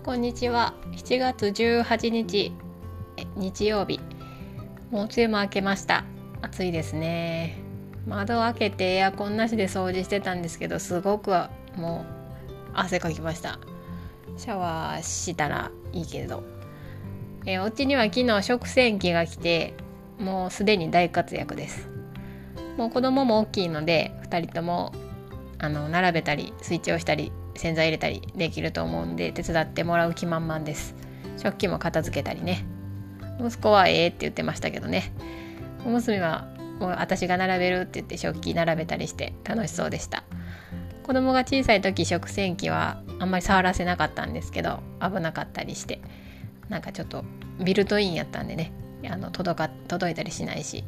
こんにちは。7月18日日曜日。もう梅雨も明けました。暑いですね。窓を開けてエアコンなしで掃除してたんですけど、すごくもう汗かきました。シャワーしたらいいけど、お家には昨日食洗機が来て、もうすでに大活躍です。もう子供も大きいので2人とも並べたりスイッチをしたり洗剤入れたりできると思うんで、手伝ってもらう気満々です。食器も片付けたりね。息子はって言ってましたけどね。娘はもう私が並べるって言って食器並べたりして楽しそうでした。子供が小さい時食洗機はあんまり触らせなかったんですけど、危なかったりして、なんかちょっとビルトインやったんでね、届いたりしないし、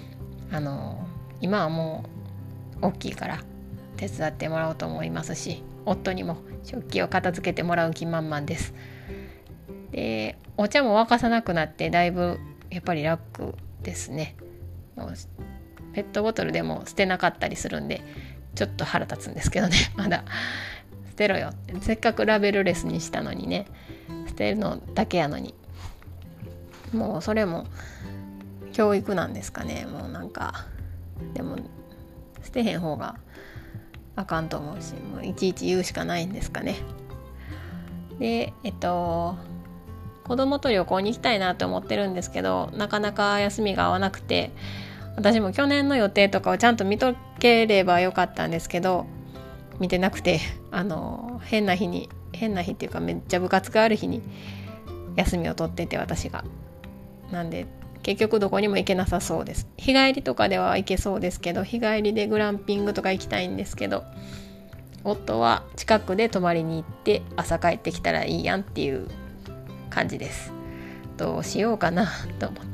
今はもう大きいから手伝ってもらおうと思いますし、夫にも食器を片付けてもらう気満々です。で、お茶も沸かさなくなってだいぶやっぱり楽ですね。もうペットボトルでも捨てなかったりするんでちょっと腹立つんですけどね。まだ捨てろよって、せっかくラベルレスにしたのにね、捨てるのだけやのに、もうそれも教育なんですかね。もうなんかでも捨てへん方があかんと思うし、もういちいち言うしかないんですかね。で、子供と旅行に行きたいなと思ってるんですけど、なかなか休みが合わなくて、私も去年の予定とかをちゃんと見とければよかったんですけど、見てなくて、変な日っていうかめっちゃ部活がある日に休みを取ってて、私がなんで結局どこにも行けなさそうです。日帰りとかでは行けそうですけど、日帰りでグランピングとか行きたいんですけど、夫は近くで泊まりに行って朝帰ってきたらいいやんっていう感じです。どうしようかなと思って、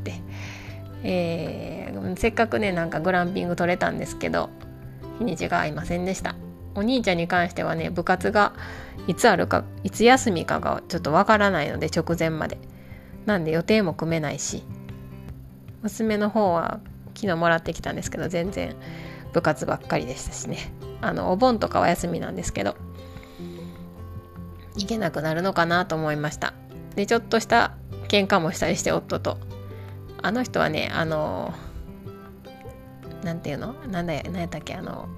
せっかくねなんかグランピング取れたんですけど、日にちが合いませんでした。お兄ちゃんに関してはね、部活がいつあるかいつ休みかがちょっとわからないので、直前までなんで予定も組めないし、娘の方は昨日もらってきたんですけど、全然部活ばっかりでしたしね。お盆とかは休みなんですけど、行けなくなるのかなと思いました。で、ちょっとした喧嘩もしたりして、夫と。あの人はね、なんていうの、なんやったっけ、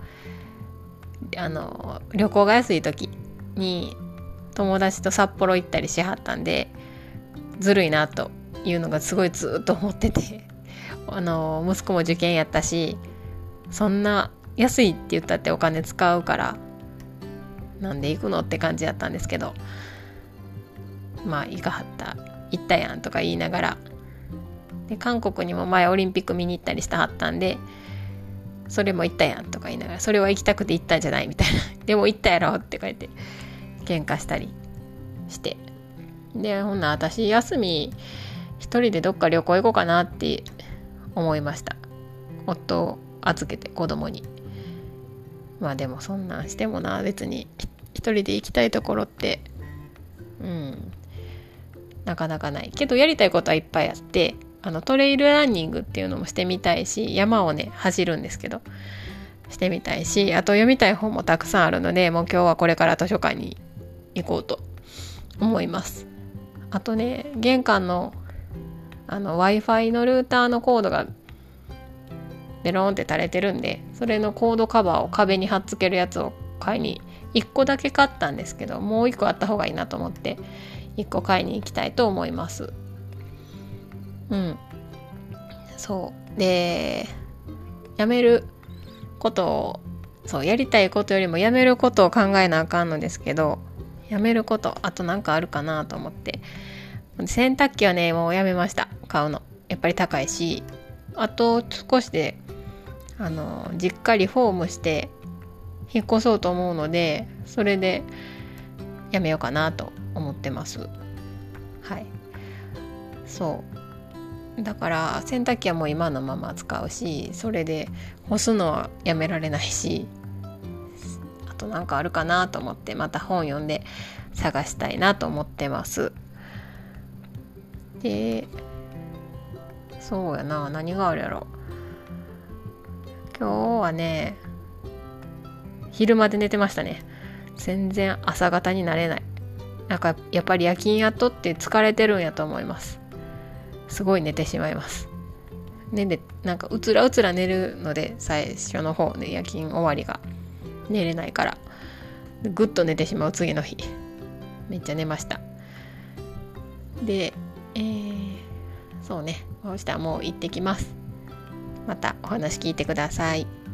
旅行が安い時に友達と札幌行ったりしはったんで、ずるいなというのがすごいずっと思ってて、息子も受験やったし、そんな安いって言ったってお金使うからなんで行くのって感じだったんですけど、まあ行ったやんとか言いながら、で韓国にも前オリンピック見に行ったりしたはったんで、それも行ったやんとか言いながら、それは行きたくて行ったんじゃないみたいな、でも行ったやろって書いて喧嘩したりして、でほんな私休み一人でどっか旅行行こうかなって思いました。夫を預けて子供に。まあでもそんなんしてもな、別に一人で行きたいところってなかなかないけど、やりたいことはいっぱいあって、トレイルランニングっていうのもしてみたいし、山をね走るんですけどしてみたいし、あと読みたい本もたくさんあるので、もう今日はこれから図書館に行こうと思います。あとね、玄関のWi-Fi のルーターのコードがベロンって垂れてるんで、それのコードカバーを壁に貼っつけるやつを買いに1個だけ買ったんですけど、もう1個あった方がいいなと思って1個買いに行きたいと思います。そうで、やめることを、そうやりたいことよりもやめることを考えなあかんのですけど、やめることあとなんかあるかなと思って、洗濯機はねもうやめました。買うのやっぱり高いし、あと少しで実家リフォームして引っ越そうと思うので、それでやめようかなと思ってます。はい、そうだから洗濯機はもう今のまま使うし、それで干すのはやめられないし、あとなんかあるかなと思って、また本読んで探したいなと思ってます。で、そうやな、何があるやろ。今日はね昼まで寝てましたね。全然朝方になれない。 なんかやっぱり夜勤やっとって疲れてるんやと思います。すごい寝てしまいます。でなんかうつらうつら寝るので、最初の方で夜勤終わりが寝れないからぐっと寝てしまう。次の日めっちゃ寝ました。で、そうね、そしたらもう行ってきます。またお話聞いてください。